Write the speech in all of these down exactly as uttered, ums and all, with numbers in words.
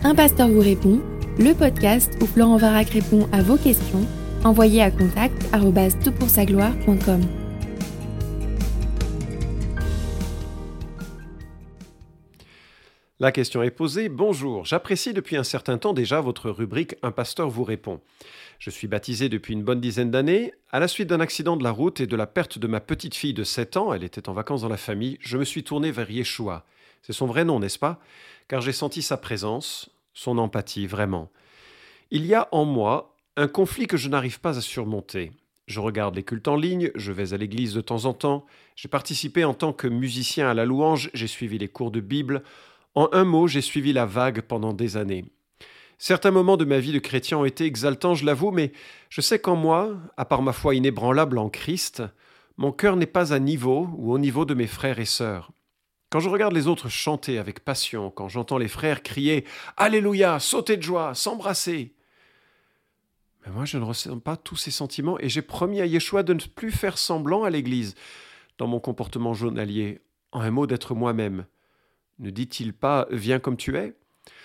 Un pasteur vous répond, le podcast où Florent Varac répond à vos questions, envoyez à contact arobase tout pour sa gloire point com. La question est posée. Bonjour, j'apprécie depuis un certain temps déjà votre rubrique « Un pasteur vous répond ». Je suis baptisé depuis une bonne dizaine d'années. À la suite d'un accident de la route et de la perte de ma petite fille de sept ans, elle était en vacances dans la famille, je me suis tourné vers Yeshua. C'est son vrai nom, n'est-ce pas ? Car j'ai senti sa présence, son empathie, vraiment. Il y a en moi un conflit que je n'arrive pas à surmonter. Je regarde les cultes en ligne, je vais à l'église de temps en temps, j'ai participé en tant que musicien à la louange, j'ai suivi les cours de Bible. En un mot, j'ai suivi la vague pendant des années. Certains moments de ma vie de chrétien ont été exaltants, je l'avoue, mais je sais qu'en moi, à part ma foi inébranlable en Christ, mon cœur n'est pas à niveau ou au niveau de mes frères et sœurs. Quand je regarde les autres chanter avec passion, quand j'entends les frères crier « Alléluia !», sauter de joie, s'embrasser, mais moi je ne ressens pas tous ces sentiments et j'ai promis à Yeshua de ne plus faire semblant à l'église dans mon comportement journalier, en un mot d'être moi-même. Ne dit-il pas « Viens comme tu es » ?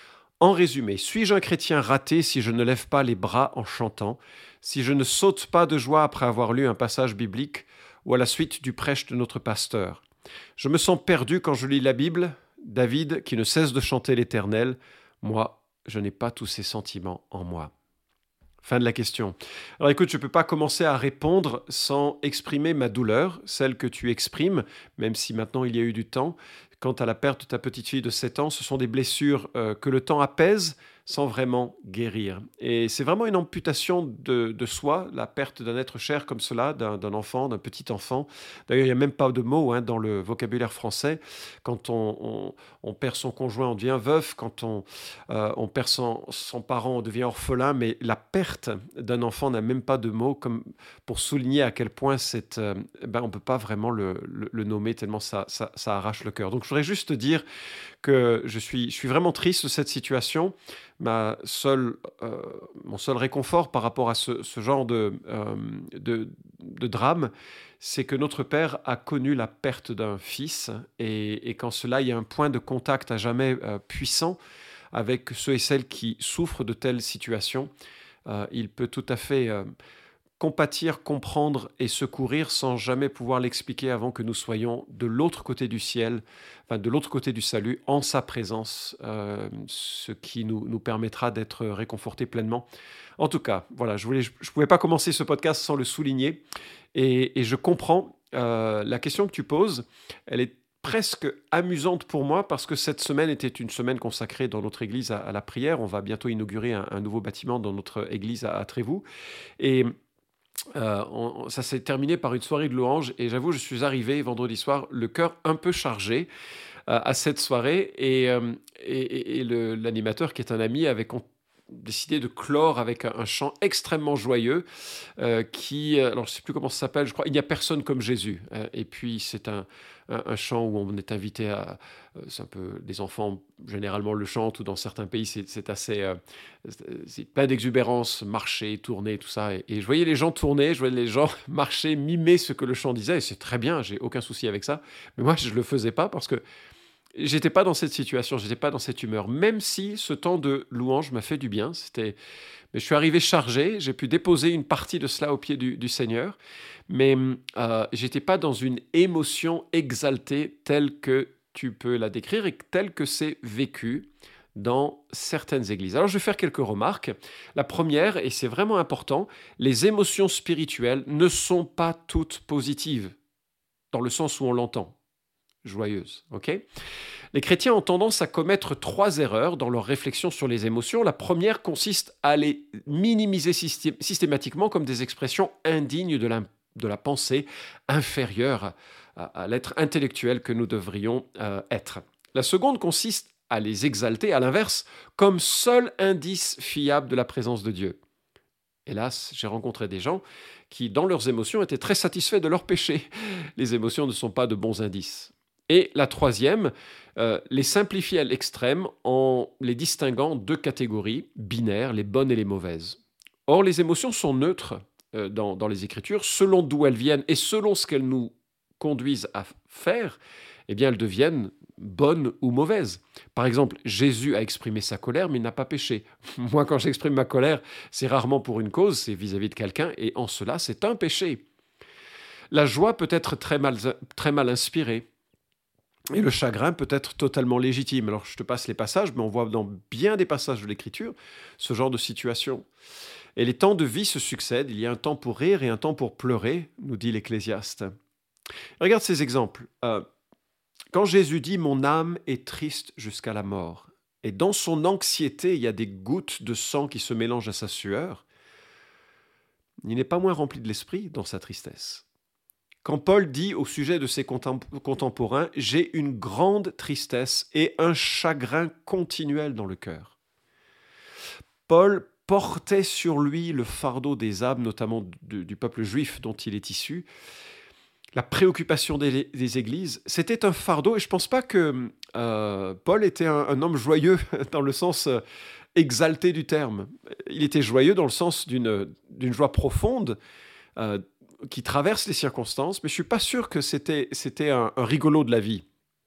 En résumé, suis-je un chrétien raté si je ne lève pas les bras en chantant, si je ne saute pas de joie après avoir lu un passage biblique ou à la suite du prêche de notre pasteur ? Je me sens perdu quand je lis la Bible, David qui ne cesse de chanter l'Éternel. Moi, je n'ai pas tous ces sentiments en moi. Fin de la question. Alors écoute, je ne peux pas commencer à répondre sans exprimer ma douleur, celle que tu exprimes, même si maintenant il y a eu du temps. Quant à la perte de ta petite fille de sept ans, ce sont des blessures euh, que le temps apaise sans vraiment guérir. Et c'est vraiment une amputation de, de soi, la perte d'un être cher comme cela, d'un, d'un enfant, d'un petit enfant. D'ailleurs, il n'y a même pas de mot hein, dans le vocabulaire français. Quand on, on, on perd son conjoint, on devient veuf. Quand on, euh, on perd son, son parent, on devient orphelin. Mais la perte d'un enfant n'a même pas de mot comme pour souligner à quel point c'est, euh, ben, on ne peut pas vraiment le, le, le nommer tellement ça, ça, ça arrache le cœur. Donc, je voudrais juste te dire que je suis, je suis vraiment triste de cette situation. Ma seule, euh, mon seul réconfort par rapport à ce, ce genre de, euh, de, de drame, c'est que notre Père a connu la perte d'un fils et, et qu'en cela, il y a un point de contact à jamais euh, puissant avec ceux et celles qui souffrent de telles situations. Euh, il peut tout à fait euh, compatir, comprendre et secourir sans jamais pouvoir l'expliquer avant que nous soyons de l'autre côté du ciel, enfin de l'autre côté du salut, en sa présence, euh, ce qui nous, nous permettra d'être réconfortés pleinement. En tout cas, voilà, je ne je, je pouvais pas commencer ce podcast sans le souligner et, et je comprends euh, la question que tu poses, elle est presque amusante pour moi parce que cette semaine était une semaine consacrée dans notre église à, à la prière. On va bientôt inaugurer un, un nouveau bâtiment dans notre église à, à Trévoux et Euh, on, ça s'est terminé par une soirée de louange et j'avoue, je suis arrivé vendredi soir, le cœur un peu chargé euh, à cette soirée et, euh, et, et le, l'animateur qui est un ami avait con- décidé de clore avec un, un chant extrêmement joyeux euh, qui, alors je ne sais plus comment ça s'appelle, je crois, Il n'y a personne comme Jésus. Euh, et puis c'est un, un, un chant où on est invité à, euh, c'est un peu, les enfants généralement le chantent ou dans certains pays c'est, c'est assez, euh, c'est plein d'exubérance, marcher, tourner, tout ça. Et, et je voyais les gens tourner, je voyais les gens marcher, mimer ce que le chant disait et c'est très bien, j'ai aucun souci avec ça. Mais moi je ne le faisais pas parce que j'étais pas dans cette situation, j'étais pas dans cette humeur, même si ce temps de louange m'a fait du bien. C'était, mais je suis arrivé chargé, j'ai pu déposer une partie de cela au pied du, du Seigneur, mais euh, j'étais pas dans une émotion exaltée telle que tu peux la décrire et telle que c'est vécu dans certaines églises. Alors je vais faire quelques remarques. La première, et c'est vraiment important, les émotions spirituelles ne sont pas toutes positives, dans le sens où on l'entend. Joyeuse, ok ? Les chrétiens ont tendance à commettre trois erreurs dans leur réflexion sur les émotions. La première consiste à les minimiser systé- systématiquement comme des expressions indignes de la, de la pensée, inférieures à, à l'être intellectuel que nous devrions euh, être. La seconde consiste à les exalter, à l'inverse, comme seul indice fiable de la présence de Dieu. Hélas, j'ai rencontré des gens qui, dans leurs émotions, étaient très satisfaits de leurs péchés. Les émotions ne sont pas de bons indices. Et la troisième, euh, les simplifier à l'extrême en les distinguant en deux catégories binaires, les bonnes et les mauvaises. Or, les émotions sont neutres euh, dans, dans les Écritures, selon d'où elles viennent et selon ce qu'elles nous conduisent à faire, eh bien, elles deviennent bonnes ou mauvaises. Par exemple, Jésus a exprimé sa colère, mais il n'a pas péché. Moi, quand j'exprime ma colère, c'est rarement pour une cause, c'est vis-à-vis de quelqu'un, et en cela, c'est un péché. La joie peut être très mal, très mal inspirée, et le chagrin peut être totalement légitime. Alors, je te passe les passages, mais on voit dans bien des passages de l'Écriture ce genre de situation. Et les temps de vie se succèdent. Il y a un temps pour rire et un temps pour pleurer, nous dit l'Ecclésiaste. Regarde ces exemples. Euh, quand Jésus dit « Mon âme est triste jusqu'à la mort », et dans son anxiété, il y a des gouttes de sang qui se mélangent à sa sueur, il n'est pas moins rempli de l'esprit dans sa tristesse. Quand Paul dit au sujet de ses contemporains « J'ai une grande tristesse et un chagrin continuel dans le cœur ». Paul portait sur lui le fardeau des âmes, notamment du, du peuple juif dont il est issu. La préoccupation des, des églises, c'était un fardeau, et je ne pense pas que euh, Paul était un, un homme joyeux dans le sens euh, exalté du terme. Il était joyeux dans le sens d'une, d'une joie profonde euh, qui traverse les circonstances, mais je ne suis pas sûr que c'était, c'était un, un rigolo de la vie.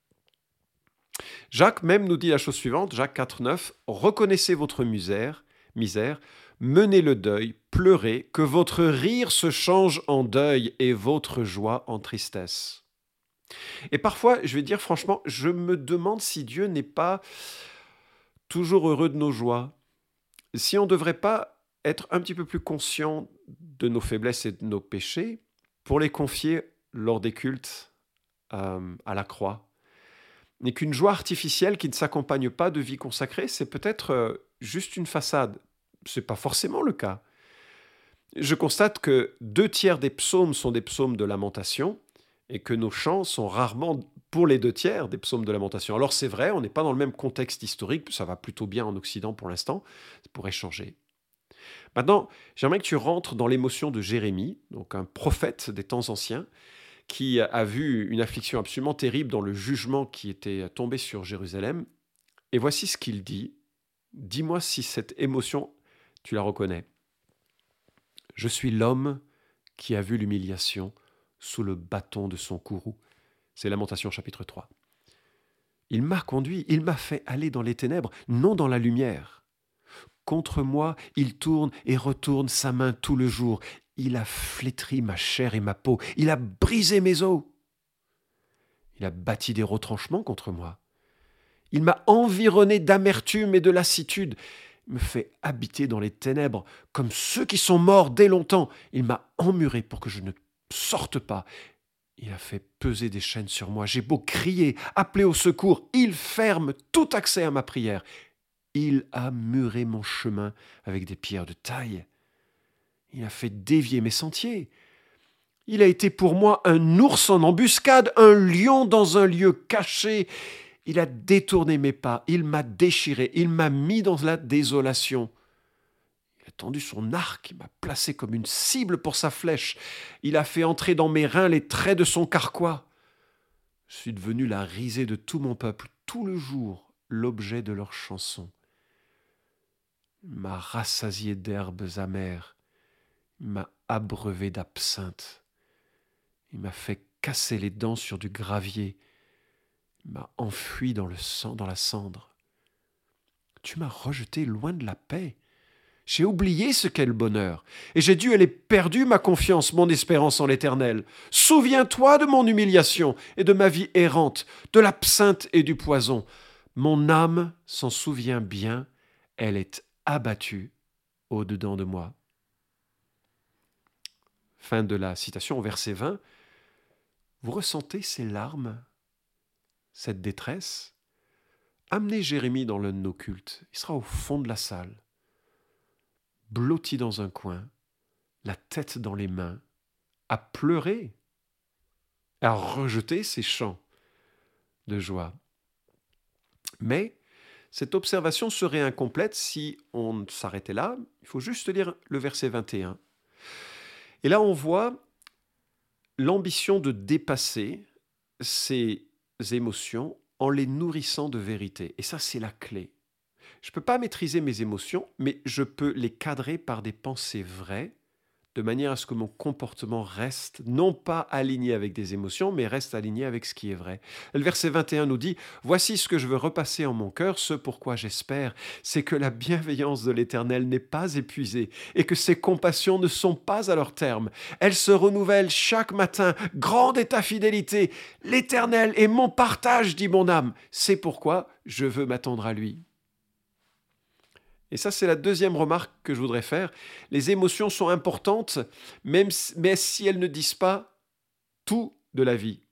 Jacques même nous dit la chose suivante, Jacques quatre, neuf, « Reconnaissez votre misère, misère, menez le deuil, pleurez, que votre rire se change en deuil et votre joie en tristesse. » Et parfois, je vais dire franchement, je me demande si Dieu n'est pas toujours heureux de nos joies, si on ne devrait pas être un petit peu plus conscient de nos faiblesses et de nos péchés pour les confier lors des cultes euh, à la croix. Et qu'une joie artificielle qui ne s'accompagne pas de vie consacrée, c'est peut-être euh, juste une façade. Ce n'est pas forcément le cas. Je constate que deux tiers des psaumes sont des psaumes de lamentation et que nos chants sont rarement, pour les deux tiers, des psaumes de lamentation. Alors c'est vrai, on n'est pas dans le même contexte historique, ça va plutôt bien en Occident pour l'instant, ça pourrait changer. Maintenant, j'aimerais que tu rentres dans l'émotion de Jérémie, donc un prophète des temps anciens, qui a vu une affliction absolument terrible dans le jugement qui était tombé sur Jérusalem. Et voici ce qu'il dit. Dis-moi si cette émotion, tu la reconnais. « Je suis l'homme qui a vu l'humiliation sous le bâton de son courroux. » C'est Lamentation chapitre trois. « Il m'a conduit, il m'a fait aller dans les ténèbres, non dans la lumière. Contre moi, il tourne et retourne sa main tout le jour. Il a flétri ma chair et ma peau. Il a brisé mes os. Il a bâti des retranchements contre moi. Il m'a environné d'amertume et de lassitude. Il me fait habiter dans les ténèbres comme ceux qui sont morts dès longtemps. Il m'a emmuré pour que je ne sorte pas. Il a fait peser des chaînes sur moi. J'ai beau crier, appeler au secours, il ferme tout accès à ma prière. Il a muré mon chemin avec des pierres de taille. Il a fait dévier mes sentiers. Il a été pour moi un ours en embuscade, un lion dans un lieu caché. Il a détourné mes pas, il m'a déchiré, il m'a mis dans la désolation. Il a tendu son arc, il m'a placé comme une cible pour sa flèche. Il a fait entrer dans mes reins les traits de son carquois. Je suis devenu la risée de tout mon peuple, tout le jour, l'objet de leurs chansons. Il m'a rassasié d'herbes amères. Il m'a abreuvé d'absinthe. Il m'a fait casser les dents sur du gravier. Il m'a enfui dans le sang, dans la cendre. Tu m'as rejeté loin de la paix. J'ai oublié ce qu'est le bonheur, et j'ai dû aller perdu ma confiance, mon espérance en l'Éternel. Souviens-toi de mon humiliation et de ma vie errante, de l'absinthe et du poison. Mon âme s'en souvient bien, elle est abattue au-dedans de moi. Fin de la citation au verset vingt. Vous ressentez ces larmes, cette détresse? Amenez Jérémie dans l'un de nos cultes. Il sera au fond de la salle, blotti dans un coin, la tête dans les mains, à pleurer, à rejeter ses chants de joie. Mais cette observation serait incomplète si on s'arrêtait là. Il faut juste lire le verset vingt et un. Et là, on voit l'ambition de dépasser ces émotions en les nourrissant de vérité. Et ça, c'est la clé. Je ne peux pas maîtriser mes émotions, mais je peux les cadrer par des pensées vraies, de manière à ce que mon comportement reste non pas aligné avec des émotions, mais reste aligné avec ce qui est vrai. Le verset vingt et un nous dit « Voici ce que je veux repasser en mon cœur, ce pourquoi j'espère, c'est que la bienveillance de l'Éternel n'est pas épuisée et que ses compassions ne sont pas à leur terme. Elles se renouvellent chaque matin. Grande est ta fidélité. L'Éternel est mon partage, dit mon âme. C'est pourquoi je veux m'attendre à lui. » Et ça, c'est la deuxième remarque que je voudrais faire. Les émotions sont importantes, même si, mais si elles ne disent pas tout de la vie.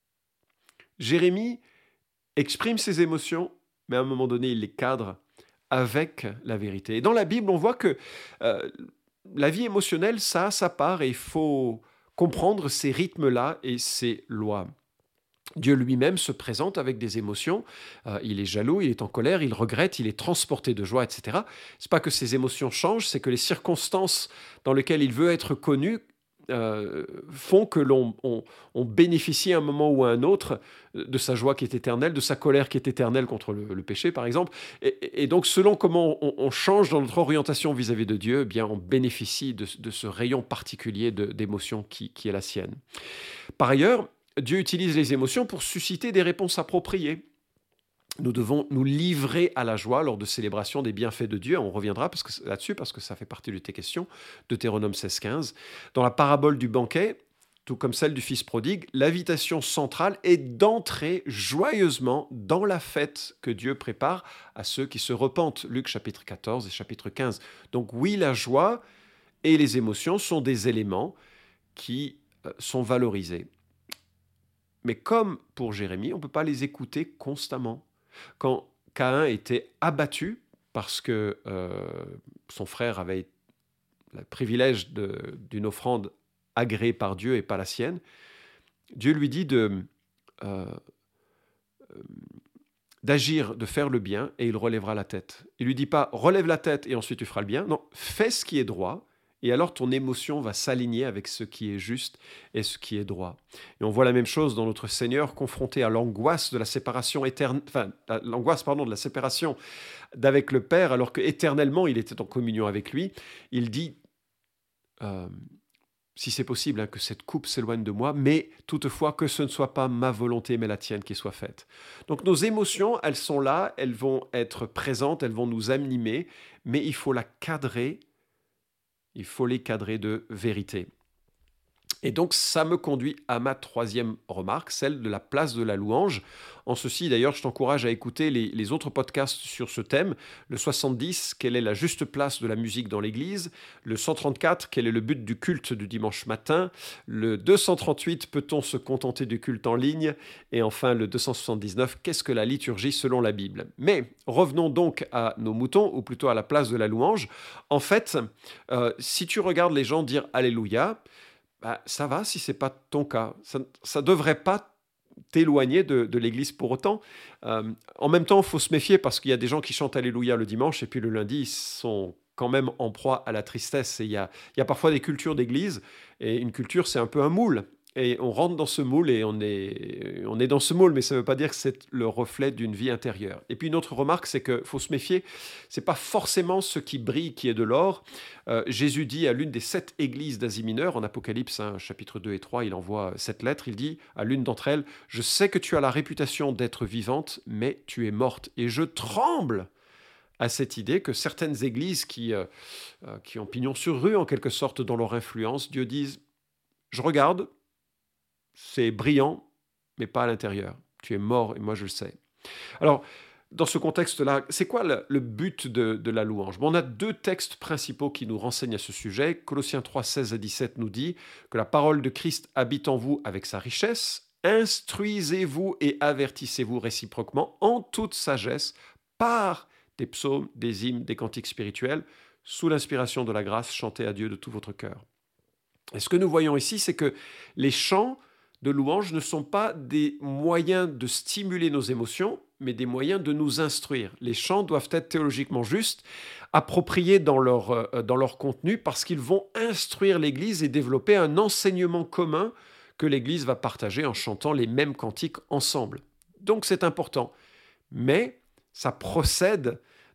Jérémie exprime ses émotions, mais à un moment donné, il les cadre avec la vérité. Et dans la Bible, on voit que euh, la vie émotionnelle, ça a sa part et il faut comprendre ces rythmes-là et ces lois. Dieu lui-même se présente avec des émotions, euh, il est jaloux, il est en colère, il regrette, il est transporté de joie, et cetera. C'est pas que ses émotions changent, c'est que les circonstances dans lesquelles il veut être connu euh, font que l'on on, on bénéficie à un moment ou à un autre de sa joie qui est éternelle, de sa colère qui est éternelle contre le, le péché, par exemple. Et, et donc, selon comment on, on change dans notre orientation vis-à-vis de Dieu, eh bien, on bénéficie de, de ce rayon particulier de, d'émotion qui, qui est la sienne. Par ailleurs, Dieu utilise les émotions pour susciter des réponses appropriées. Nous devons nous livrer à la joie lors de célébration des bienfaits de Dieu. On reviendra parce que, là-dessus parce que ça fait partie de tes questions, Deutéronome seize quinze. Dans la parabole du banquet, tout comme celle du fils prodigue, l'invitation centrale est d'entrer joyeusement dans la fête que Dieu prépare à ceux qui se repentent. Luc chapitre quatorze et chapitre quinze. Donc oui, la joie et les émotions sont des éléments qui sont valorisés. Mais comme pour Jérémie, on ne peut pas les écouter constamment. Quand Caïn était abattu parce que euh, son frère avait le privilège de, d'une offrande agréée par Dieu et pas la sienne, Dieu lui dit de, euh, d'agir, de faire le bien et il relèvera la tête. Il ne lui dit pas « relève la tête et ensuite tu feras le bien ». Non, fais ce qui est droit. Et alors, ton émotion va s'aligner avec ce qui est juste et ce qui est droit. Et on voit la même chose dans notre Seigneur, confronté à l'angoisse de la séparation éternelle, enfin, l'angoisse, pardon, de la séparation d'avec le Père, alors qu'éternellement, il était en communion avec lui. Il dit, euh, si c'est possible, hein, que cette coupe s'éloigne de moi, mais toutefois que ce ne soit pas ma volonté, mais la tienne qui soit faite. Donc, nos émotions, elles sont là, elles vont être présentes, elles vont nous animer, mais il faut la cadrer. Il faut les cadrer de vérité. Et donc, ça me conduit à ma troisième remarque, celle de la place de la louange. En ceci, d'ailleurs, je t'encourage à écouter les, les autres podcasts sur ce thème. Le soixante-dix, quelle est la juste place de la musique dans l'Église. Le cent trente-quatre, quel est le but du culte du dimanche matin. Le deux cent trente-huit, peut-on se contenter du culte en ligne. Et enfin, le deux cent soixante-dix-neuf, qu'est-ce que la liturgie selon la Bible. Mais revenons donc à nos moutons, ou plutôt à la place de la louange. En fait, euh, si tu regardes les gens dire « Alléluia », bah, ça va si ce n'est pas ton cas. Ça ne devrait pas t'éloigner de, de l'Église pour autant. Euh, en même temps, il faut se méfier parce qu'il y a des gens qui chantent Alléluia le dimanche et puis le lundi, ils sont quand même en proie à la tristesse. Et il y a, il y a parfois des cultures d'Église et une culture, c'est un peu un moule. Et on rentre dans ce moule et on est, on est dans ce moule, mais ça ne veut pas dire que c'est le reflet d'une vie intérieure. Et puis une autre remarque, c'est qu'il faut se méfier, ce n'est pas forcément ce qui brille qui est de l'or. Euh, Jésus dit à l'une des sept églises d'Asie mineure, en Apocalypse, hein, chapitre deux et trois, il envoie sept lettres, il dit à l'une d'entre elles, « Je sais que tu as la réputation d'être vivante, mais tu es morte. Et je tremble » à cette idée que certaines églises qui, euh, euh, qui ont pignon sur rue, en quelque sorte, dans leur influence, Dieu dise, « Je regarde, c'est brillant, mais pas à l'intérieur. Tu es mort et moi je le sais. » Alors, dans ce contexte-là, c'est quoi le, le but de, de la louange? Bon, on a deux textes principaux qui nous renseignent à ce sujet. Colossiens trois, seize à dix-sept nous dit que la parole de Christ habite en vous avec sa richesse. Instruisez-vous et avertissez-vous réciproquement en toute sagesse par des psaumes, des hymnes, des cantiques spirituels, sous l'inspiration de la grâce, chantez à Dieu de tout votre cœur. Et ce que nous voyons ici, c'est que les chants de louange ne sont pas des moyens de stimuler nos émotions, mais des moyens de nous instruire. Les chants doivent être théologiquement justes, appropriés dans leur, euh, dans leur contenu, parce qu'ils vont instruire l'Église et développer un enseignement commun que l'Église va partager en chantant les mêmes cantiques ensemble. Donc c'est important. Mais ça procède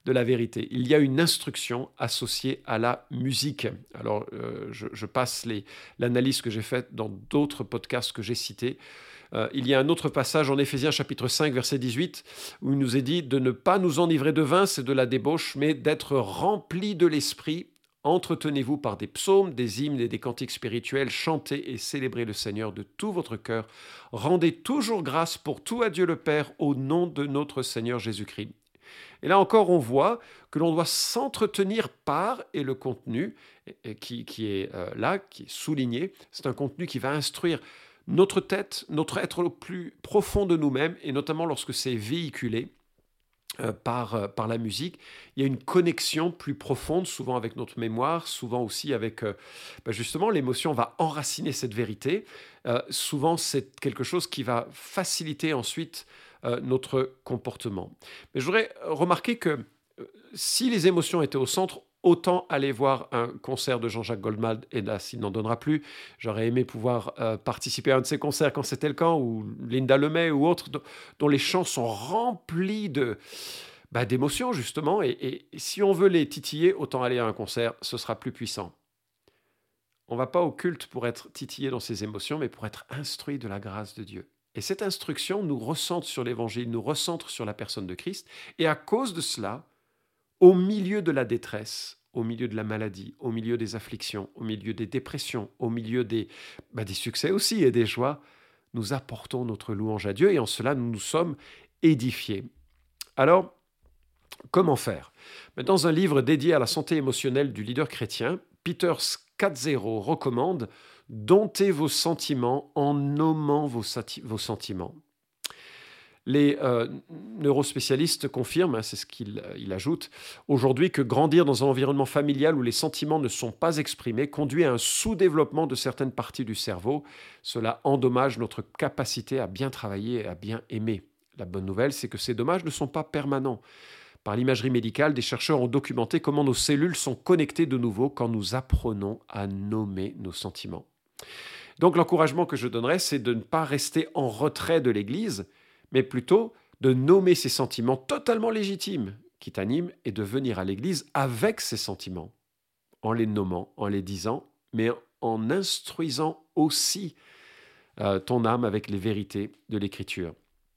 de la vérité. Il y a une instruction associée à la musique. Alors, euh, je, je passe les, l'analyse que j'ai faite dans d'autres podcasts que j'ai cités. Euh, il y a un autre passage en Éphésiens chapitre cinq, verset dix-huit, où il nous est dit de ne pas nous enivrer de vin, c'est de la débauche, mais d'être remplis de l'esprit. Entretenez-vous par des psaumes, des hymnes et des cantiques spirituels, chantez et célébrez le Seigneur de tout votre cœur. Rendez toujours grâce pour tout à Dieu le Père au nom de notre Seigneur Jésus-Christ. Et là encore, on voit que l'on doit s'entretenir par, et le contenu qui, qui est euh, là, qui est souligné, c'est un contenu qui va instruire notre tête, notre être le plus profond de nous-mêmes, et notamment lorsque c'est véhiculé euh, par, euh, par la musique, il y a une connexion plus profonde, souvent avec notre mémoire, souvent aussi avec, euh, ben justement, l'émotion va enraciner cette vérité. Euh, souvent, c'est quelque chose qui va faciliter ensuite euh, notre comportement. Mais je voudrais remarquer que euh, si les émotions étaient au centre, autant aller voir un concert de Jean-Jacques Goldman, et là, s'il n'en donnera plus, j'aurais aimé pouvoir euh, participer à un de ses concerts quand c'était le cas, ou Linda Lemay ou autres, dont, dont les chants sont remplis de, bah, d'émotions, justement, et, et, et si on veut les titiller, autant aller à un concert, ce sera plus puissant. On ne va pas au culte pour être titillé dans ses émotions, mais pour être instruit de la grâce de Dieu. Et cette instruction nous recentre sur l'Évangile, nous recentre sur la personne de Christ, et à cause de cela, au milieu de la détresse, au milieu de la maladie, au milieu des afflictions, au milieu des dépressions, au milieu des, bah, des succès aussi et des joies, nous apportons notre louange à Dieu et en cela nous nous sommes édifiés. Alors, comment faire ? Dans un livre dédié à la santé émotionnelle du leader chrétien, Peter Scazzero recommande « Domptez vos sentiments en nommant vos, sati- vos sentiments ». Les euh, neurospécialistes confirment, hein, c'est ce qu'il il ajoute, aujourd'hui que grandir dans un environnement familial où les sentiments ne sont pas exprimés conduit à un sous-développement de certaines parties du cerveau. Cela endommage notre capacité à bien travailler et à bien aimer. La bonne nouvelle, c'est que ces dommages ne sont pas permanents. Par l'imagerie médicale, des chercheurs ont documenté comment nos cellules sont connectées de nouveau quand nous apprenons à nommer nos sentiments. Donc l'encouragement que je donnerais, c'est de ne pas rester en retrait de l'Église, mais plutôt de nommer ces sentiments totalement légitimes qui t'animent et de venir à l'Église avec ces sentiments, en les nommant, en les disant, mais en instruisant aussi euh, ton âme avec les vérités de l'Écriture.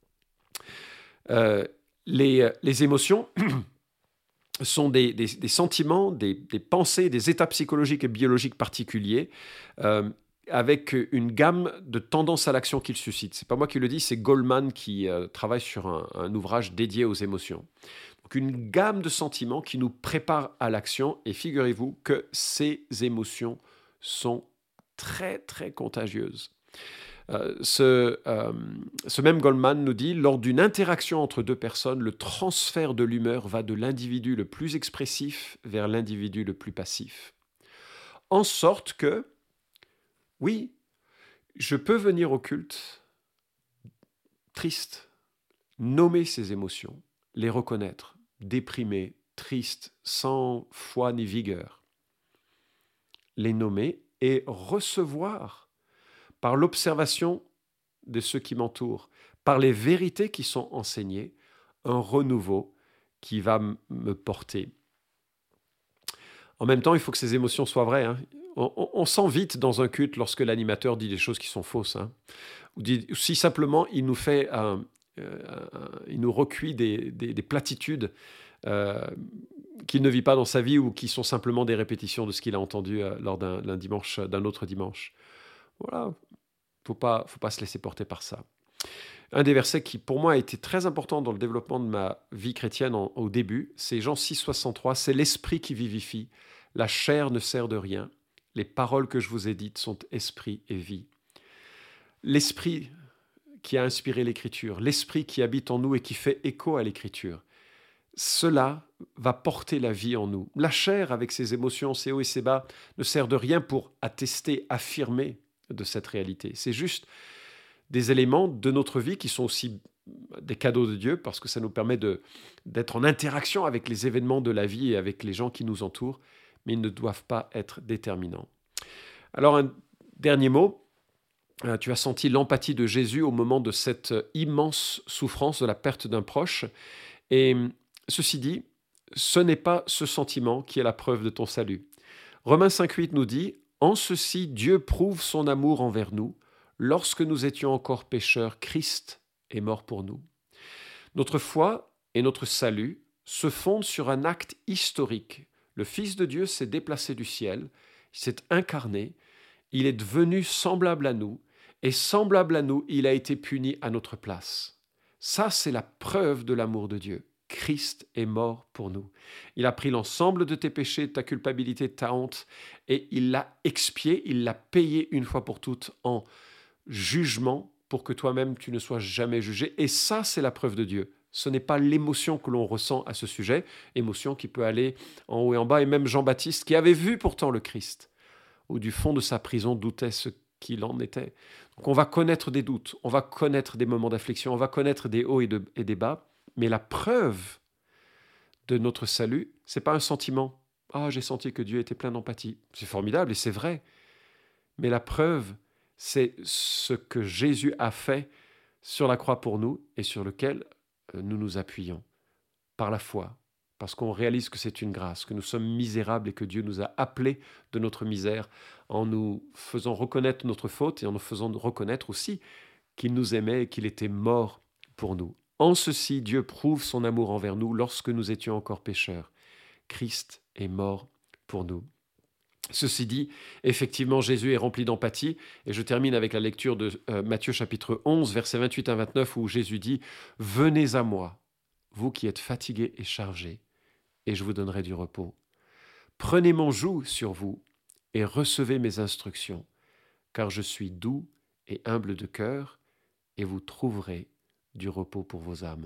Euh, les, les émotions sont des, des, des sentiments, des, des pensées, des états psychologiques et biologiques particuliers, euh, avec une gamme de tendances à l'action qu'il suscite. Ce n'est pas moi qui le dis, c'est Goldman qui euh, travaille sur un, un ouvrage dédié aux émotions. Donc une gamme de sentiments qui nous prépare à l'action, et figurez-vous que ces émotions sont très très contagieuses. Euh, ce, euh, ce même Goldman nous dit, lors d'une interaction entre deux personnes, le transfert de l'humeur va de l'individu le plus expressif vers l'individu le plus passif. En sorte que oui, je peux venir au culte triste, nommer ses émotions, les reconnaître, déprimé, triste, sans foi ni vigueur, les nommer et recevoir par l'observation de ceux qui m'entourent, par les vérités qui sont enseignées, un renouveau qui va m- me porter. En même temps, il faut que ces émotions soient vraies, hein. On, on, on sent vite dans un culte lorsque l'animateur dit des choses qui sont fausses, hein. Ou, dit, ou si simplement il nous fait, un, euh, un, il nous recuit des, des, des platitudes euh, qu'il ne vit pas dans sa vie ou qui sont simplement des répétitions de ce qu'il a entendu euh, lors d'un, d'un dimanche, d'un autre dimanche. Voilà, faut pas, faut pas se laisser porter par ça. Un des versets qui, pour moi, a été très important dans le développement de ma vie chrétienne en, au début, c'est Jean six, soixante-trois. C'est l'esprit qui vivifie. La chair ne sert de rien. Les paroles que je vous ai dites sont esprit et vie. L'esprit qui a inspiré l'Écriture, l'esprit qui habite en nous et qui fait écho à l'Écriture, cela va porter la vie en nous. La chair, avec ses émotions, ses hauts et ses bas, ne sert de rien pour attester, affirmer de cette réalité. C'est juste des éléments de notre vie qui sont aussi des cadeaux de Dieu parce que ça nous permet de, d'être en interaction avec les événements de la vie et avec les gens qui nous entourent, mais ils ne doivent pas être déterminants. Alors, un dernier mot. Tu as senti l'empathie de Jésus au moment de cette immense souffrance de la perte d'un proche. Et ceci dit, ce n'est pas ce sentiment qui est la preuve de ton salut. Romains cinq huit nous dit « En ceci, Dieu prouve son amour envers nous. Lorsque nous étions encore pécheurs, Christ est mort pour nous. » Notre foi et notre salut se fondent sur un acte historique. Le Fils de Dieu s'est déplacé du ciel, il s'est incarné, il est devenu semblable à nous, et semblable à nous, il a été puni à notre place. Ça, c'est la preuve de l'amour de Dieu. Christ est mort pour nous. Il a pris l'ensemble de tes péchés, de ta culpabilité, de ta honte, et il l'a expié, il l'a payé une fois pour toutes en jugement pour que toi-même tu ne sois jamais jugé. Et ça, c'est la preuve de Dieu. Ce n'est pas l'émotion que l'on ressent à ce sujet, émotion qui peut aller en haut et en bas, et même Jean-Baptiste, qui avait vu pourtant le Christ, ou du fond de sa prison doutait ce qu'il en était. Donc on va connaître des doutes, on va connaître des moments d'affliction, on va connaître des hauts et, de, et des bas, mais la preuve de notre salut, c'est pas un sentiment. « Ah, j'ai senti que Dieu était plein d'empathie. » C'est formidable et c'est vrai. Mais la preuve, c'est ce que Jésus a fait sur la croix pour nous et sur lequel nous nous appuyons par la foi, parce qu'on réalise que c'est une grâce, que nous sommes misérables et que Dieu nous a appelés de notre misère en nous faisant reconnaître notre faute et en nous faisant reconnaître aussi qu'il nous aimait et qu'il était mort pour nous. En ceci, Dieu prouve son amour envers nous lorsque nous étions encore pécheurs. Christ est mort pour nous. Ceci dit, effectivement, Jésus est rempli d'empathie, et je termine avec la lecture de euh, Matthieu chapitre onze, versets vingt-huit à vingt-neuf, où Jésus dit « Venez à moi, vous qui êtes fatigués et chargés, et je vous donnerai du repos. Prenez mon joug sur vous, et recevez mes instructions, car je suis doux et humble de cœur, et vous trouverez du repos pour vos âmes. »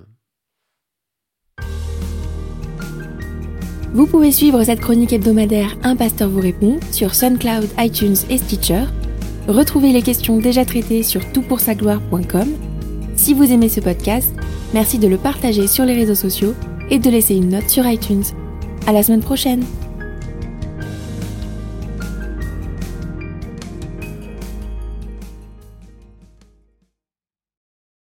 Vous pouvez suivre cette chronique hebdomadaire Un pasteur vous répond sur SoundCloud, iTunes et Stitcher. Retrouvez les questions déjà traitées sur tout pour sa gloire point com. Si vous aimez ce podcast, merci de le partager sur les réseaux sociaux et de laisser une note sur iTunes. À la semaine prochaine!